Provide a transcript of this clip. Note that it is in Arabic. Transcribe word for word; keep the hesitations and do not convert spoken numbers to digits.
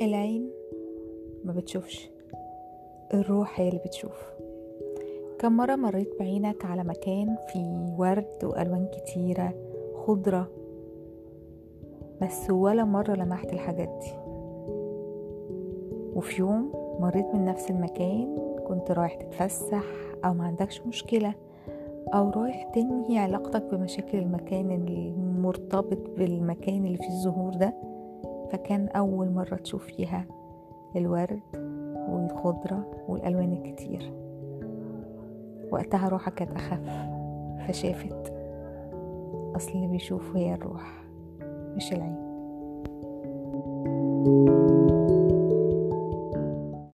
العين ما بتشوفش، الروح هي اللي بتشوف. كم مرة مريت بعينك على مكان فيه ورد وألوان كتيرة خضرة، بس ولا مرة لمحت الحاجات دي. وفي يوم مريت من نفس المكان، كنت رايح تتفسح أو ما عندكش مشكلة، أو رايح تنهي علاقتك بمشاكل المكان المرتبط بالمكان اللي فيه الزهور ده، فكان أول مرة تشوف فيها الورد والخضرة والألوان الكتير. وقتها روحك كانت أخف، فشافت أصل اللي بيشوف هي الروح مش العين.